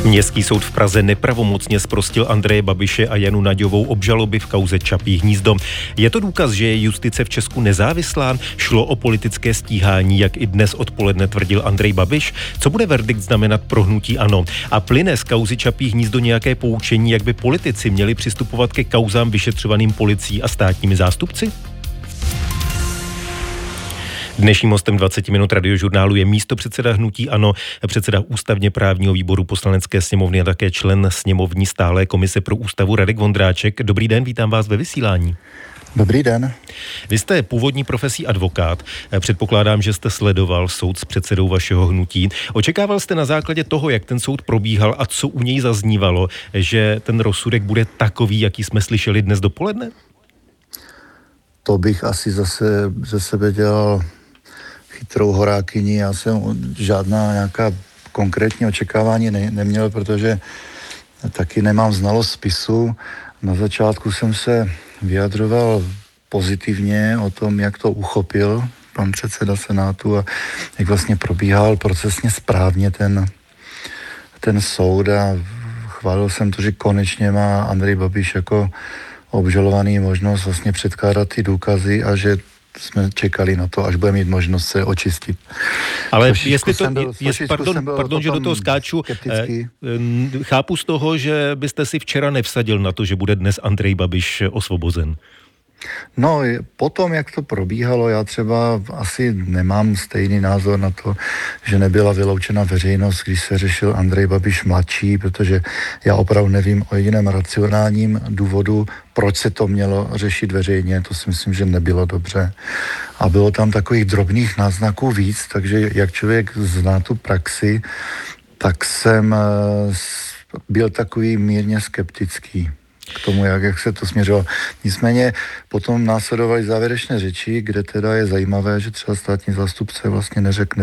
Městský soud v Praze nepravomocně zprostil Andreje Babiše a Janu Naďovou obžaloby v kauze Čapí hnízdo. Je to důkaz, že je justice v Česku nezávislá? Šlo o politické stíhání, jak i dnes odpoledne tvrdil Andrej Babiš? Co bude verdikt znamenat pro hnutí ANO? A plyne z kauzy Čapí hnízdo nějaké poučení, jak by politici měli přistupovat ke kauzám vyšetřovaným policií a státními zástupci? Dnešním hostem 20 minut Radiožurnálu je místopředseda hnutí ANO, předseda ústavně právního výboru Poslanecké sněmovny a také člen sněmovní stálé komise pro ústavu Radek Vondráček. Dobrý den, vítám vás ve vysílání. Dobrý den. Vy jste původní profesí advokát. Předpokládám, že jste sledoval soud s předsedou vašeho hnutí. Očekával jste na základě toho, jak ten soud probíhal a co u něj zaznívalo, že ten rozsudek bude takový, jaký jsme slyšeli dnes dopoledne? To bych asi zase ze sebe dělal chytrou horákyni. Já jsem žádná nějaká konkrétní očekávání neměl, protože taky nemám znalost spisu. Na začátku jsem se vyjadřoval pozitivně o tom, jak to uchopil pan předseda Senátu a jak vlastně probíhal procesně správně ten soud a chválil jsem to, že konečně má Andrej Babiš jako obžalovaný možnost vlastně předkládat ty důkazy a že jsme čekali na to, až bude mít možnost se očistit. Ale pardon, že do toho skáču, chápu z toho, že byste si včera nevsadil na to, že bude dnes Andrej Babiš osvobozen. No, potom, jak to probíhalo, já třeba asi nemám stejný názor na to, že nebyla vyloučena veřejnost, když se řešil Andrej Babiš mladší, protože já opravdu nevím o jediném racionálním důvodu, proč se to mělo řešit veřejně, to si myslím, že nebylo dobře. A bylo tam takových drobných náznaků víc, takže jak člověk zná tu praxi, tak jsem byl takový mírně skeptický k tomu, jak se to směřilo. Nicméně potom následovaly závěrečné řeči, kde teda je zajímavé, že třeba státní zástupce vlastně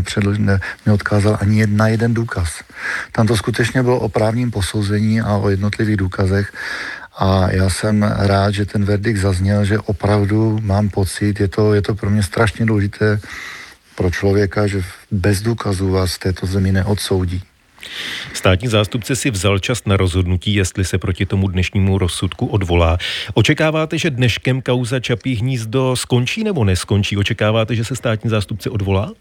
neodkázal ani na jeden důkaz. Tam to skutečně bylo o právním posouzení a o jednotlivých důkazech. A já jsem rád, že ten verdikt zazněl, že opravdu mám pocit, je to pro mě strašně důležité pro člověka, že bez důkazů vás v této zemi neodsoudí. Státní zástupce si vzal čas na rozhodnutí, jestli se proti tomu dnešnímu rozsudku odvolá. Očekáváte, že dneškem kauza Čapí hnízdo skončí nebo neskončí? Očekáváte, že se státní zástupce odvolá?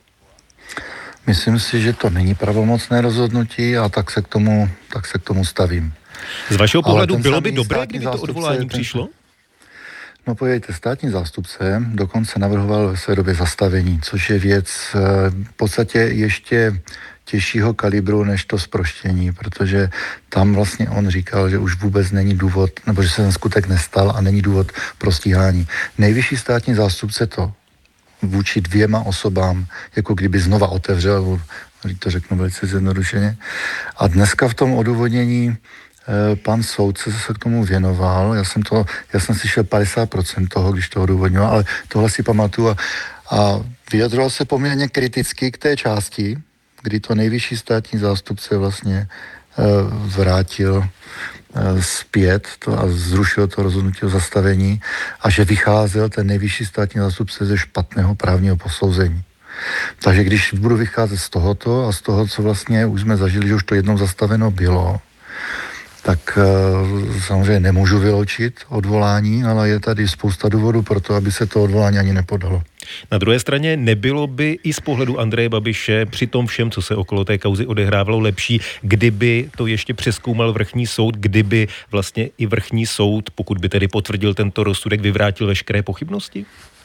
Myslím si, že to není pravomocné rozhodnutí a tak se k tomu stavím. Z vašeho pohledu bylo by dobré, kdyby to odvolání přišlo? No podívejte, státní zástupce dokonce navrhoval ve své době zastavení, což je věc v podstatě ještě těžšího kalibru než to zproštění, protože tam vlastně on říkal, že už vůbec není důvod, nebo že se ten skutek nestal a není důvod pro stíhání. Nejvyšší státní zástupce to vůči dvěma osobám, jako kdyby znova otevřel, to řeknu velice zjednodušeně. A dneska v tom odůvodnění pan soudce se k tomu věnoval, já jsem slyšel 50% toho, když to odůvodňoval, ale tohle si pamatuju a vyjadřoval se poměrně kriticky k té části, kdy to nejvyšší státní zástupce vlastně vrátil zpět a zrušil to rozhodnutí o zastavení a že vycházel ten nejvyšší státní zástupce ze špatného právního posouzení. Takže když budu vycházet z tohoto a z toho, co vlastně už jsme zažili, že už to jednou zastaveno bylo, tak samozřejmě nemůžu vyloučit odvolání, ale je tady spousta důvodů pro to, aby se to odvolání ani nepodalo. Na druhé straně nebylo by i z pohledu Andreje Babiše při tom všem, co se okolo té kauzy odehrávalo, lepší, kdyby to ještě přezkoumal vrchní soud, kdyby vlastně i vrchní soud, pokud by tedy potvrdil tento rozsudek, vyvrátil veškeré pochybnosti?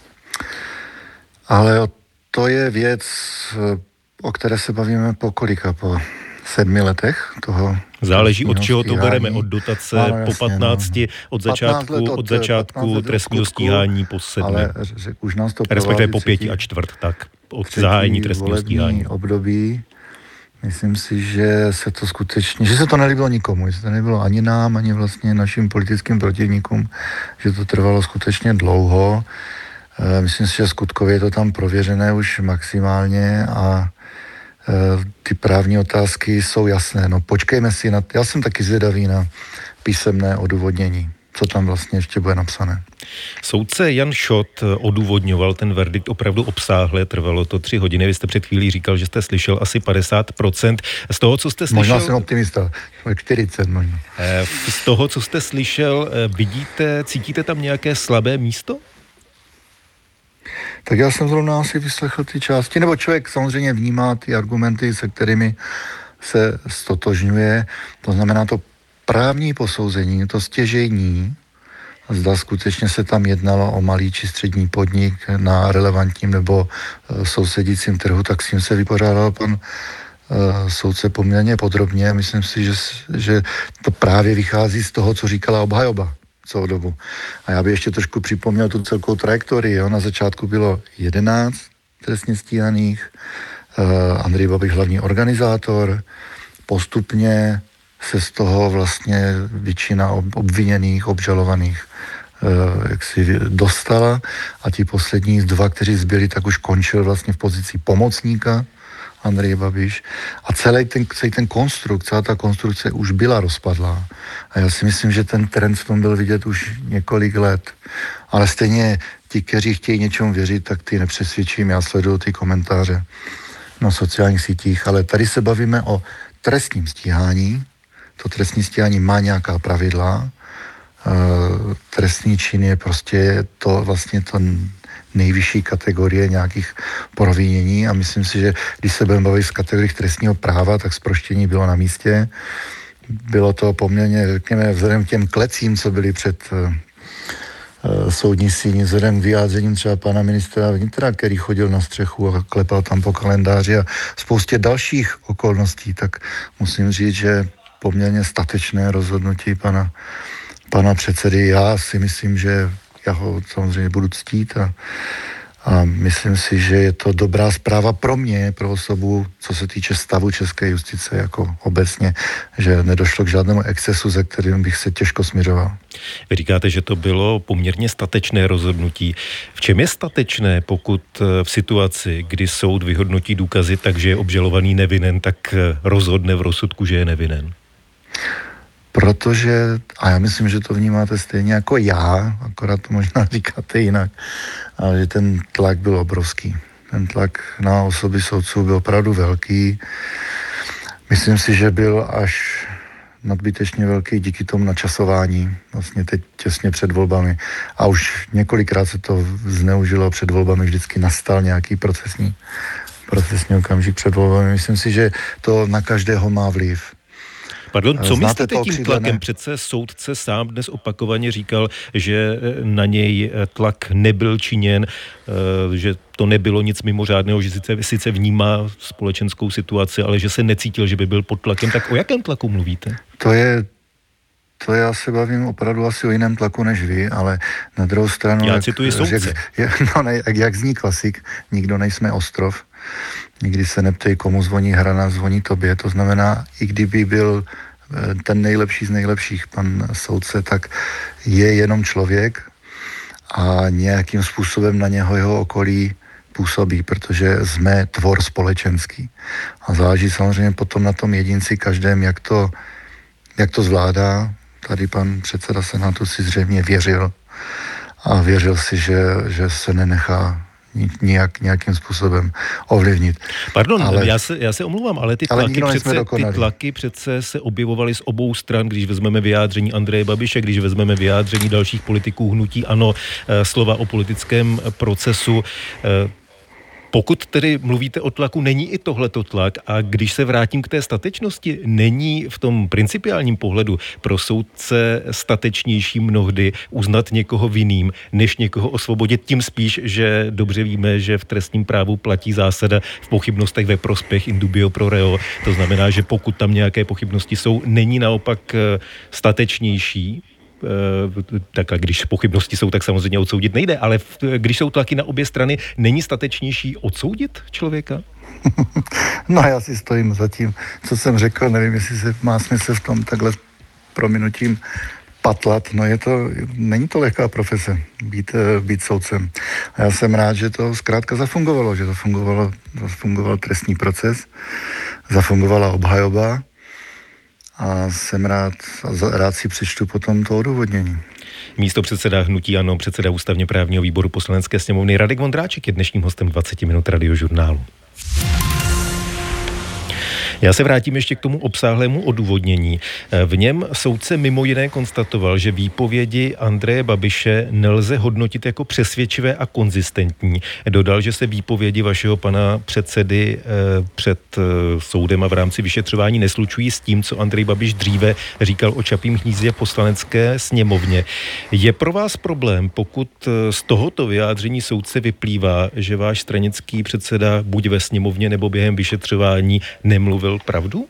Ale to je věc, o které se bavíme po 7 letech toho. Záleží, od čeho to bereme, od dotace po 15, od začátku trestního stíhání po 7. Ale už nás to respektive po 5 a čtvrt, tak od zahájení trestního stíhání. Období, myslím si, že se to skutečně, že se to nelíbilo nikomu, že se to nelíbilo ani nám, ani vlastně našim politickým protivníkům, že to trvalo skutečně dlouho. Myslím si, že skutkově je to tam prověřené už maximálně a ty právní otázky jsou jasné. No počkejme si já jsem taky zvědavý na písemné odůvodnění. co tam vlastně ještě bude napsané. Soudce Jan Šot odůvodňoval ten verdikt opravdu obsáhle, trvalo to 3 hodiny. Vy jste před chvílí říkal, že jste slyšel asi 50%. Z toho, co jste slyšel... Možná jsem optimista, 40 možná. Z toho, co jste slyšel, cítíte tam nějaké slabé místo? Tak já jsem zrovna asi vyslechl ty části, nebo člověk samozřejmě vnímá ty argumenty, se kterými se stotožňuje. To znamená to právní posouzení, to stěžejní, zda skutečně se tam jednalo o malý či střední podnik na relevantním nebo sousedícím trhu, tak s tím se vypořádal pan soudce poměrně podrobně. Myslím si, že to právě vychází z toho, co říkala obhajoba celou dobu. A já bych ještě trošku připomněl tu celkovou trajektorii. Na začátku bylo 11 trestně stíhaných, Andrej Babiš hlavní organizátor, postupně se z toho vlastně většina obviněných, obžalovaných jak si dostala a ti poslední 2, kteří zbyli, tak už končil vlastně v pozici pomocníka Andrej Babiš a celý ten konstrukt, celá ta konstrukce už byla rozpadlá. A já si myslím, že ten trend v tom byl vidět už několik let. Ale stejně ti, kteří chtějí něčemu věřit, tak ty nepřesvědčím. Já sleduju ty komentáře na sociálních sítích, ale tady se bavíme o trestním stíhání. To trestní stíhání má nějaká pravidla. Trestný čin je prostě to vlastně to nejvyšší kategorie nějakých provinění a myslím si, že když se budeme bavit z kategorii trestního práva, tak zproštění bylo na místě. Bylo to poměrně, řekněme, vzhledem k těm klecím, co byly před soudní síní, vzhledem k vyjádřením třeba pana ministra vnitra, který chodil na střechu a klepal tam po kalendáři a spoustě dalších okolností, tak musím říct, že poměrně statečné rozhodnutí pana předsedy. Já si myslím, že já ho samozřejmě budu ctít a myslím si, že je to dobrá zpráva pro mě, pro osobu, co se týče stavu české justice jako obecně, že nedošlo k žádnému excesu, ze kterým bych se těžko smiřoval. Vy říkáte, že to bylo poměrně statečné rozhodnutí. V čem je statečné, pokud v situaci, kdy soud vyhodnotí důkazy tak, že je obžalovaný nevinen, tak rozhodne v rozsudku, že je nevinen? Protože, a já myslím, že to vnímáte stejně jako já, akorát to možná říkáte jinak, ale že ten tlak byl obrovský. Ten tlak na osoby soudců byl opravdu velký. Myslím si, že byl až nadbytečně velký díky tomu načasování, vlastně teď těsně před volbami. A už několikrát se to zneužilo před volbami, vždycky nastal nějaký procesní okamžik před volbami. Myslím si, že to na každého má vliv. Pardon, co myslíte tím tlakem? Přece soudce sám dnes opakovaně říkal, že na něj tlak nebyl činěn, že to nebylo nic mimořádného, že sice vnímá společenskou situaci, ale že se necítil, že by byl pod tlakem. Tak o jakém tlaku mluvíte? To já se bavím opravdu asi o jiném tlaku než vy, ale na druhou stranu... Já cituji soudce. Jak zní klasik, nikdo nejsme ostrov. Nikdy se neptej, komu zvoní hrana, zvoní tobě. To znamená, i kdyby byl ten nejlepší z nejlepších pan soudce, tak je jenom člověk a nějakým způsobem na něho jeho okolí působí, protože jsme tvor společenský. A záleží samozřejmě potom na tom jedinci každém, jak to zvládá. Tady pan předseda Senátu si zřejmě věřil a věřil si, že se nenechá nějakým způsobem ovlivnit. Pardon, já se omlouvám, ale ty tlaky přece se objevovaly z obou stran, když vezmeme vyjádření Andreje Babiše, když vezmeme vyjádření dalších politiků hnutí ANO, slova o politickém procesu. Pokud tedy mluvíte o tlaku, není i tohleto tlak a když se vrátím k té statečnosti, není v tom principiálním pohledu pro soudce statečnější mnohdy uznat někoho vinným, než někoho osvobodit, tím spíš, že dobře víme, že v trestním právu platí zásada v pochybnostech ve prospěch in dubio pro reo. To znamená, že pokud tam nějaké pochybnosti jsou, není naopak statečnější. Tak a když pochybnosti jsou, tak samozřejmě odsoudit nejde, ale když jsou tlaky na obě strany, není statečnější odsoudit člověka? No já si stojím za tím, co jsem řekl, nevím, jestli se má smysl v tom takhle prominutím patlat, no není to lehká profese být soudcem. A já jsem rád, že to zkrátka zafungovalo, že zafungoval trestní proces, zafungovala obhajoba, a jsem rád si přečtu potom to odůvodnění. Místopředseda hnutí ANO, předseda ústavně právního výboru Poslanecké sněmovny Radek Vondráček je dnešním hostem 20 minut Radiožurnálu. Já se vrátím ještě k tomu obsáhlému odůvodnění. V něm soudce mimo jiné konstatoval, že výpovědi Andreje Babiše nelze hodnotit jako přesvědčivé a konzistentní. Dodal, že se výpovědi vašeho pana předsedy před soudem a v rámci vyšetřování neslučují s tím, co Andrej Babiš dříve říkal o Čapím hnízdě Poslanecké sněmovně. Je pro vás problém, pokud z tohoto vyjádření soudce vyplývá, že váš stranický předseda buď ve sněmovně nebo během vyšetřování nemluvil pravdu?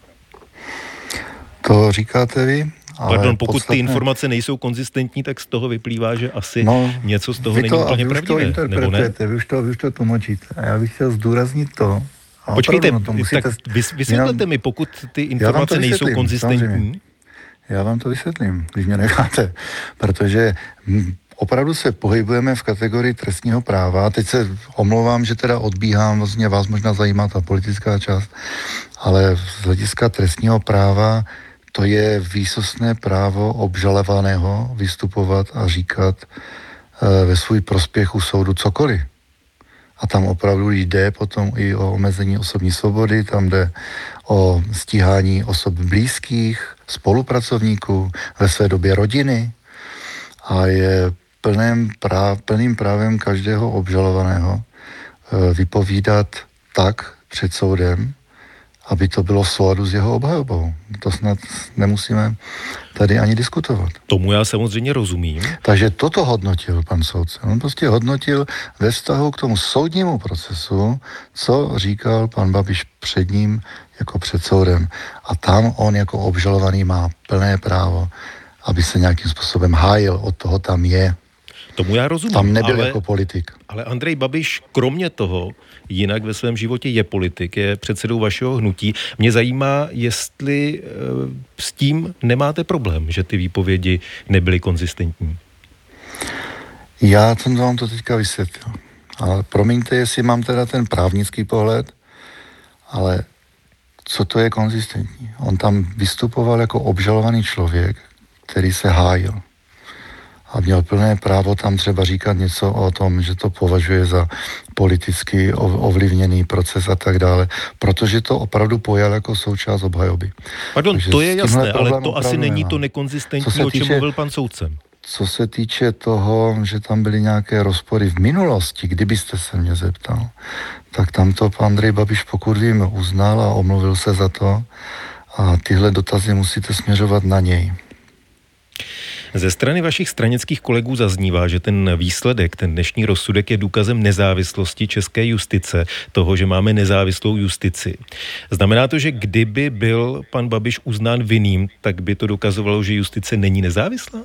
To říkáte vy? Pardon, pokud ty informace nejsou konzistentní, tak z toho vyplývá, že asi něco z toho není úplně pravdivé, nebo ne? Vy už to tlumočíte. A já bych chtěl zdůraznit to. Počkejte, tak vysvětlete mi, pokud ty informace nejsou konzistentní. Samozřejmě. Já vám to vysvětlím, když mě necháte. Protože opravdu se pohybujeme v kategorii trestního práva. Teď se omlouvám, že teda odbíhám, vlastně vás možná zajímá ta politická část, ale z hlediska trestního práva to je výsostné právo obžalovaného vystupovat a říkat ve svůj prospěch u soudu cokoliv. A tam opravdu jde potom i o omezení osobní svobody, tam jde o stíhání osob blízkých, spolupracovníků, ve své době rodiny. A je plným právem každého obžalovaného vypovídat tak před soudem, aby to bylo v souladu s jeho obhajobou. To snad nemusíme tady ani diskutovat. Tomu já samozřejmě rozumím. Takže toto hodnotil pan soudce. On prostě hodnotil ve vztahu k tomu soudnímu procesu, co říkal pan Babiš před ním jako před soudem. A tam on jako obžalovaný má plné právo, aby se nějakým způsobem hájil. Od toho tam je. Tomu já rozumím. Tam nebyl jako politik. Ale Andrej Babiš kromě toho jinak ve svém životě je politik, je předsedou vašeho hnutí. Mě zajímá, jestli s tím nemáte problém, že ty výpovědi nebyly konzistentní. Já jsem vám to teďka vysvětlil. Ale promiňte, jestli mám teda ten právnický pohled, ale co to je konzistentní? On tam vystupoval jako obžalovaný člověk, který se hájil. A měl plné právo tam třeba říkat něco o tom, že to považuje za politicky ovlivněný proces a tak dále, protože to opravdu pojal jako součást obhajoby. Pardon, to je jasné, ale to asi není to nekonzistentní, o čem mluvil pan soudce. Co se týče toho, že tam byly nějaké rozpory v minulosti, kdybyste se mě zeptal, tak tam to pan Andrej Babiš, pokud vím, uznal a omluvil se za to a tyhle dotazy musíte směřovat na něj. Ze strany vašich stranických kolegů zaznívá, že ten výsledek, ten dnešní rozsudek je důkazem nezávislosti české justice, toho, že máme nezávislou justici. Znamená to, že kdyby byl pan Babiš uznán vinným, tak by to dokazovalo, že justice není nezávislá?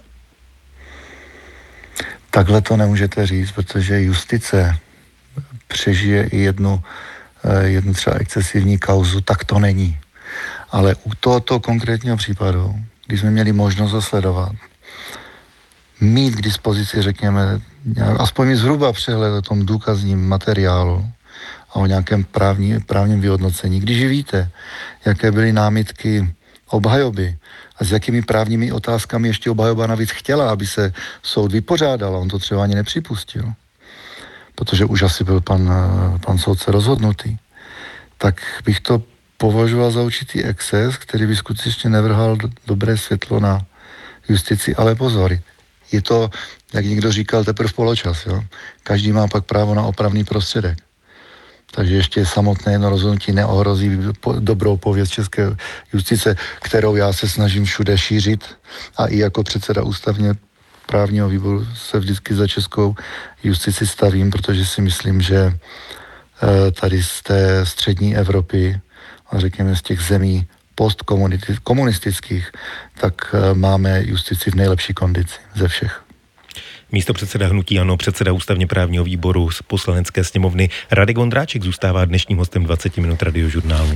Takhle to nemůžete říct, protože justice přežije i jednu třeba excesivní kauzu, tak to není. Ale u tohoto konkrétního případu, když jsme měli možnost ho sledovat, mít k dispozici, řekněme, aspoň zhruba přehled o tom důkazním materiálu a o nějakém právním vyhodnocení. Když víte, jaké byly námitky obhajoby a s jakými právními otázkami ještě obhajoba navíc chtěla, aby se soud vypořádal, on to třeba ani nepřipustil, protože už asi byl pan soudce rozhodnutý, tak bych to považoval za určitý exces, který by skutečně nevrhal dobré světlo na justici, ale pozor, je to, jak někdo říkal, teprve poločas. Jo? Každý má pak právo na opravný prostředek. Takže ještě samotné jedno rozhodnutí neohrozí dobrou pověst české justice, kterou já se snažím všude šířit a i jako předseda ústavně právního výboru se vždycky za českou justici stavím, protože si myslím, že tady z té střední Evropy a řekněme z těch zemí postkomunistických, tak máme justici v nejlepší kondici ze všech. Místopředseda hnutí ANO, předseda ústavně právního výboru z Poslanecké sněmovny Radek Vondráček zůstává dnešním hostem 20 minut Radiožurnálu.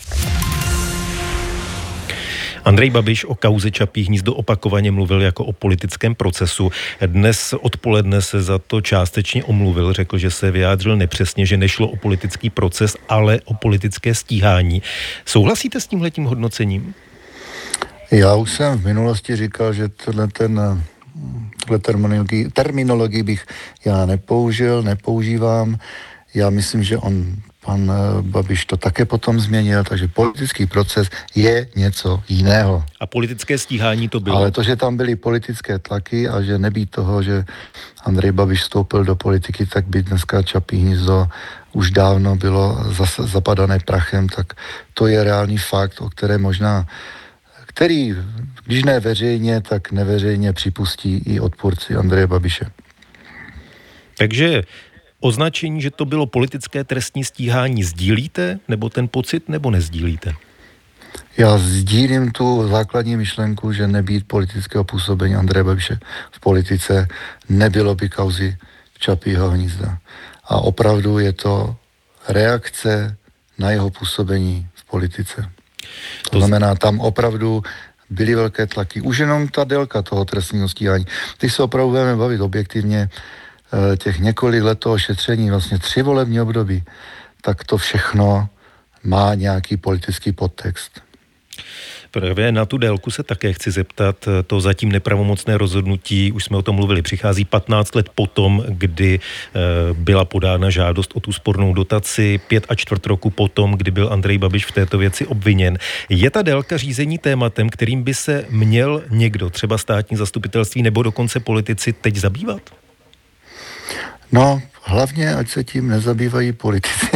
Andrej Babiš o kauze Čapí hnízdo opakovaně mluvil jako o politickém procesu. Dnes odpoledne se za to částečně omluvil, řekl, že se vyjádřil nepřesně, že nešlo o politický proces, ale o politické stíhání. Souhlasíte s tímhletím hodnocením? Já už jsem v minulosti říkal, že ten Tuhle terminologii bych já nepoužívám. Já myslím, že pan Babiš to také potom změnil, takže politický proces je něco jiného. A politické stíhání to bylo? Ale to, že tam byly politické tlaky a že nebýt toho, že Andrej Babiš vstoupil do politiky, tak by dneska Čapí hnízdo už dávno bylo zapadané prachem, tak to je reálný fakt, o které který, když ne veřejně, tak neveřejně připustí i odpůrci Andreje Babiše. Takže označení, že to bylo politické trestní stíhání, sdílíte, nebo ten pocit, nebo nezdílíte? Já sdílím tu základní myšlenku, že nebýt politického působení Andreje Babiše v politice, nebylo by kauzy Čapího hnízda. A opravdu je to reakce na jeho působení v politice. To znamená, tam opravdu byly velké tlaky. Už jenom ta délka toho trestního stíhání. Když se opravdu budeme bavit objektivně, těch několik let toho šetření, vlastně 3 volební období, tak to všechno má nějaký politický podtext. Právě na tu délku se také chci zeptat. To zatím nepravomocné rozhodnutí, už jsme o tom mluvili, přichází 15 let potom, kdy byla podána žádost o tu spornou dotaci, 5,25 roku potom, kdy byl Andrej Babiš v této věci obviněn. Je ta délka řízení tématem, kterým by se měl někdo, třeba státní zastupitelství nebo dokonce politici, teď zabývat? No, hlavně, ať se tím nezabývají politici.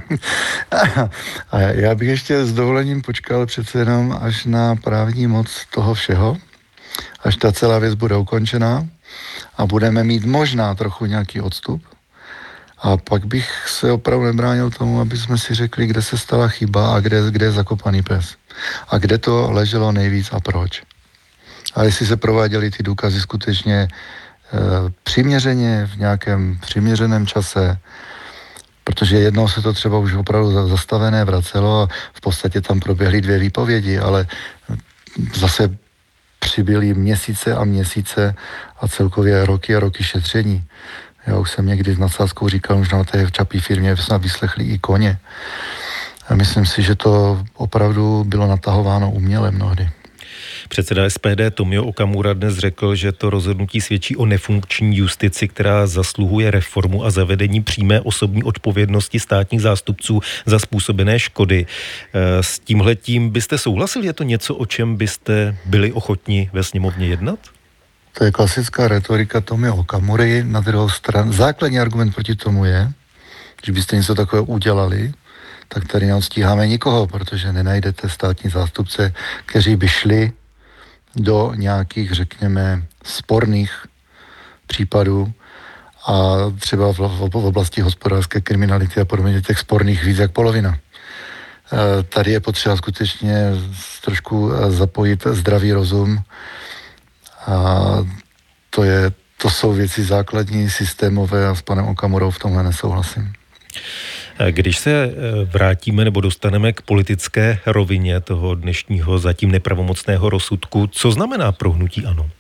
A já bych ještě s dovolením počkal přece jenom až na právní moc toho všeho, až ta celá věc bude ukončená a budeme mít možná trochu nějaký odstup. A pak bych se opravdu nebránil tomu, aby jsme si řekli, kde se stala chyba a kde je zakopaný pes. A kde to leželo nejvíc a proč. A jestli se prováděly ty důkazy skutečně přiměřeně, v nějakém přiměřeném čase, protože jednou se to třeba už opravdu zastavené vracelo a v podstatě tam proběhly 2 výpovědi, ale zase přibyly měsíce a měsíce a celkově roky a roky šetření. Já už jsem někdy s nadsázkou říkal, už na té Čapí firmě snad vyslechli i koně. A myslím si, že to opravdu bylo natahováno uměle mnohdy. Předseda SPD Tomio Okamura dnes řekl, že to rozhodnutí svědčí o nefunkční justici, která zasluhuje reformu a zavedení přímé osobní odpovědnosti státních zástupců za způsobené škody. S tímhletím byste souhlasili? Je to něco, o čem byste byli ochotni ve sněmovně jednat? To je klasická retorika Tomia Okamury. Na druhou stranu základní argument proti tomu je, že byste něco takového udělali, tak tady neodstíháme nikoho, protože nenajdete státní zástupce, kteří by šli do nějakých, řekněme, sporných případů a třeba v oblasti hospodářské kriminality a podobně těch sporných víc jak polovina. Tady je potřeba skutečně trošku zapojit zdravý rozum a to jsou věci základní, systémové a s panem Okamurou v tomhle nesouhlasím. Když se vrátíme nebo dostaneme k politické rovině toho dnešního zatím nepravomocného rozsudku, co znamená pro hnutí ANO?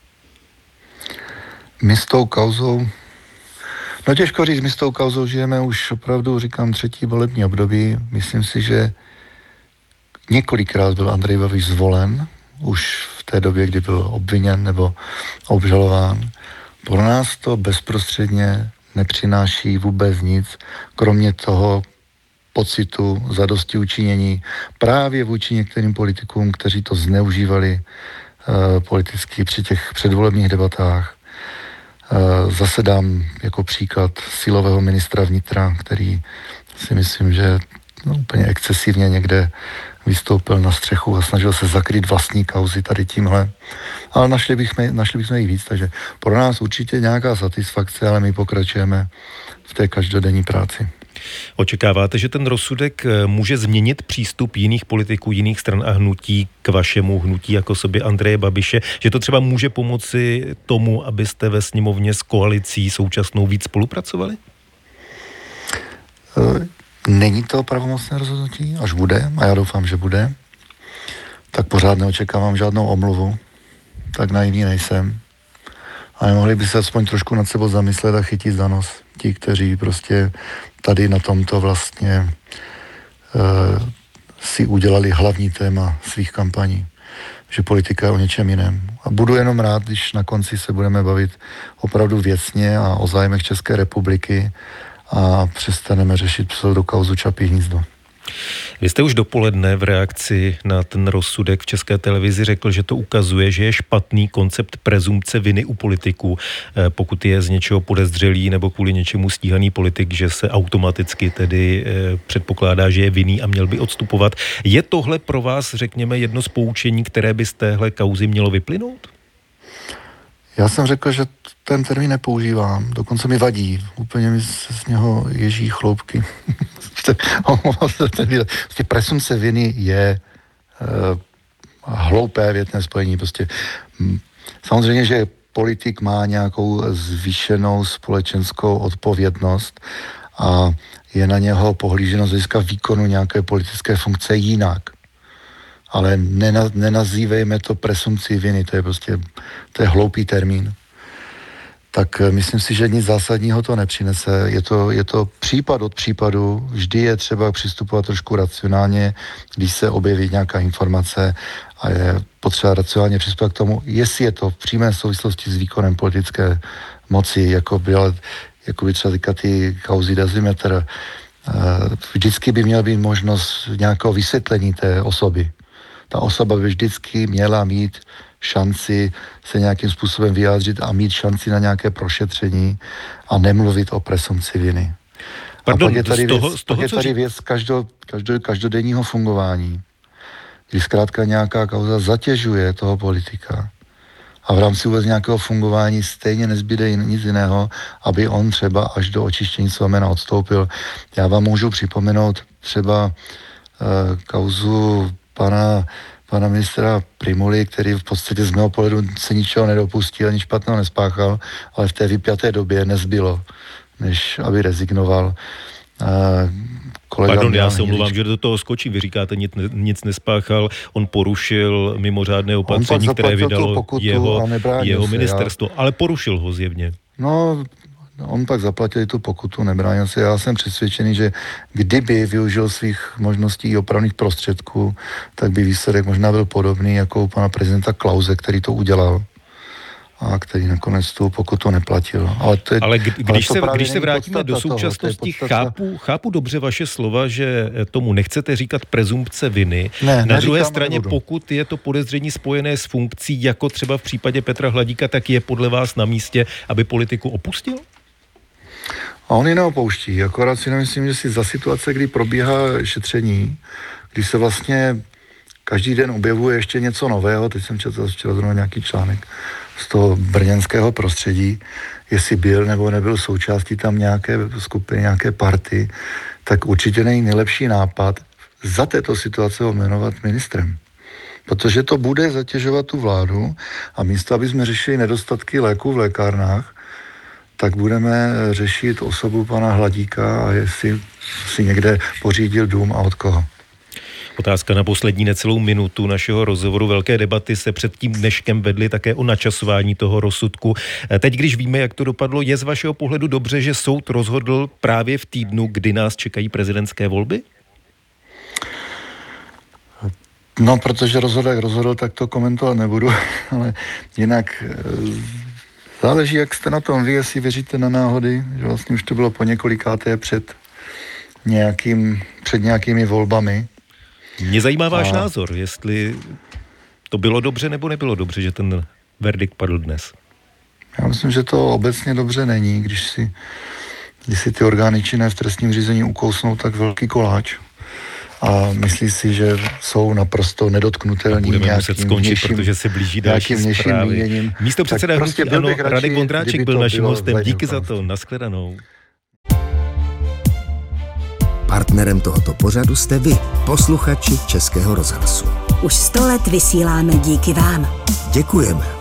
My s tou kauzou, no těžko říct, my s tou kauzou žijeme už opravdu, říkám, 3. volební období. Myslím si, že několikrát byl Andrej Babiš zvolen, už v té době, kdy byl obviněn nebo obžalován. Pro nás to bezprostředně nepřináší vůbec nic, kromě toho pocitu zadostiučinění právě vůči některým politikům, kteří to zneužívali politicky při těch předvolebních debatách. Zase dám jako příklad silového ministra vnitra, který si myslím, že úplně excesivně někde vystoupil na střechu a snažil se zakrýt vlastní kauzy tady tímhle. Ale našli bychom jich víc, takže pro nás určitě nějaká satisfakce, ale my pokračujeme v té každodenní práci. Očekáváte, že ten rozsudek může změnit přístup jiných politiků, jiných stran a hnutí k vašemu hnutí jako sobě Andreje Babiše? Že to třeba může pomoci tomu, abyste ve sněmovně s koalicí současnou víc spolupracovali? Není to pravomocné rozhodnutí, až bude, a já doufám, že bude, tak pořád neočekávám žádnou omluvu, tak naivní nejsem. Ale mohli by se aspoň trošku nad sebou zamyslet a chytit za nos ti, kteří prostě tady na tomto vlastně si udělali hlavní téma svých kampaní. že politika je o něčem jiném. A budu jenom rád, když na konci se budeme bavit opravdu věcně a o zájmech České republiky a přestaneme řešit pseudokauzu Čapí hnízdo. Vy jste už dopoledne v reakci na ten rozsudek v České televizi řekl, že to ukazuje, že je špatný koncept prezumpce viny u politiků. Pokud je z něčeho podezřelý nebo kvůli něčemu stíhaný politik, že se automaticky tedy předpokládá, že je vinný a měl by odstupovat. Je tohle pro vás, řekněme, jedno z poučení, které by z téhle kauzy mělo vyplynout? Já jsem řekl, že ten termín nepoužívám, dokonce mi vadí, úplně mi z něho ježí chloupky. Presumpce viny je hloupé větné spojení. Samozřejmě, že politik má nějakou zvýšenou společenskou odpovědnost a je na něho pohlíženo z hlediska výkonu nějaké politické funkce jinak. Ale nenazývejme to presumpcí viny, to je hloupý termín. Tak myslím si, že nic zásadního to nepřinese. Je to případ od případu, vždy je třeba přistupovat trošku racionálně, když se objeví nějaká informace a je potřeba racionálně přistupovat k tomu, jestli je to v přímé souvislosti s výkonem politické moci, jako by třeba ty kauzy Dozimetr. Vždycky by měla být možnost nějakého vysvětlení té osoby. Ta osoba by vždycky měla mít šanci se nějakým způsobem vyjádřit a mít šanci na nějaké prošetření a nemluvit o presumpci viny. Pardon, a pak je tady věc každodenního fungování, kdy zkrátka nějaká kauza zatěžuje toho politika a v rámci vůbec nějakého fungování stejně nezbyde nic jiného, aby on třeba až do očištění svého jména odstoupil. Já vám můžu připomenout třeba kauzu pana ministra Prymuly, který v podstatě z mého pohledu se ničeho nedopustil, ani špatného nespáchal, ale v té vypjaté době nezbylo, než aby rezignoval. Pardon, já se omlouvám, že do toho skočím. Vy říkáte, nic nespáchal, on porušil mimořádné opatření, které vydalo jeho ministerstvo, ale porušil ho zjevně. No, on pak zaplatil tu pokutu, nebránil se. Já jsem přesvědčený, že kdyby využil svých možností opravných prostředků, tak by výsledek možná byl podobný jako u pana prezidenta Klause, který to udělal a který nakonec tu pokutu neplatil. Ale když se vrátíme do současnosti, chápu dobře vaše slova, že tomu nechcete říkat prezumpce viny. Na druhé straně, pokud je to podezření spojené s funkcí, jako třeba v případě Petra Hladíka, tak je podle vás na místě, aby politiku opustil? A on ji neopouští, akorát si nemyslím, že si za situace, kdy probíhá šetření, kdy se vlastně každý den objevuje ještě něco nového, teď jsem četl včera zrovna nějaký článek z toho brněnského prostředí, jestli byl nebo nebyl součástí tam nějaké skupiny, nějaké party, tak určitě není nejlepší nápad za této situace ho jmenovat ministrem. Protože to bude zatěžovat tu vládu a místo, aby jsme řešili nedostatky léků v lékárnách, tak budeme řešit osobu pana Hladíka a jestli si někde pořídil dům a od koho. Otázka na poslední necelou minutu našeho rozhovoru. Velké debaty se před tím dneškem vedly také o načasování toho rozsudku. Teď, když víme, jak to dopadlo, je z vašeho pohledu dobře, že soud rozhodl právě v týdnu, kdy nás čekají prezidentské volby? No, protože rozhodl, tak to komentovat nebudu, ale jinak záleží, jak jste na tom vy, jestli věříte na náhody, že vlastně už to bylo po několikáté před nějakými volbami. Mě zajímá váš názor, jestli to bylo dobře nebo nebylo dobře, že ten verdikt padl dnes. Já myslím, že to obecně dobře není, když si ty orgány činné v trestním řízení ukousnou tak velký koláč a myslí si, že jsou naprosto nedotknutelní. Budeme muset skončit, protože se blíží další zprávy. Místo předseda hnutí ANO Radek Vondráček byl naším hostem. Díky za to. Nashledanou. Partnerem tohoto pořadu jste vy, posluchači Českého rozhlasu. Už 100 let vysíláme díky vám. Děkujeme.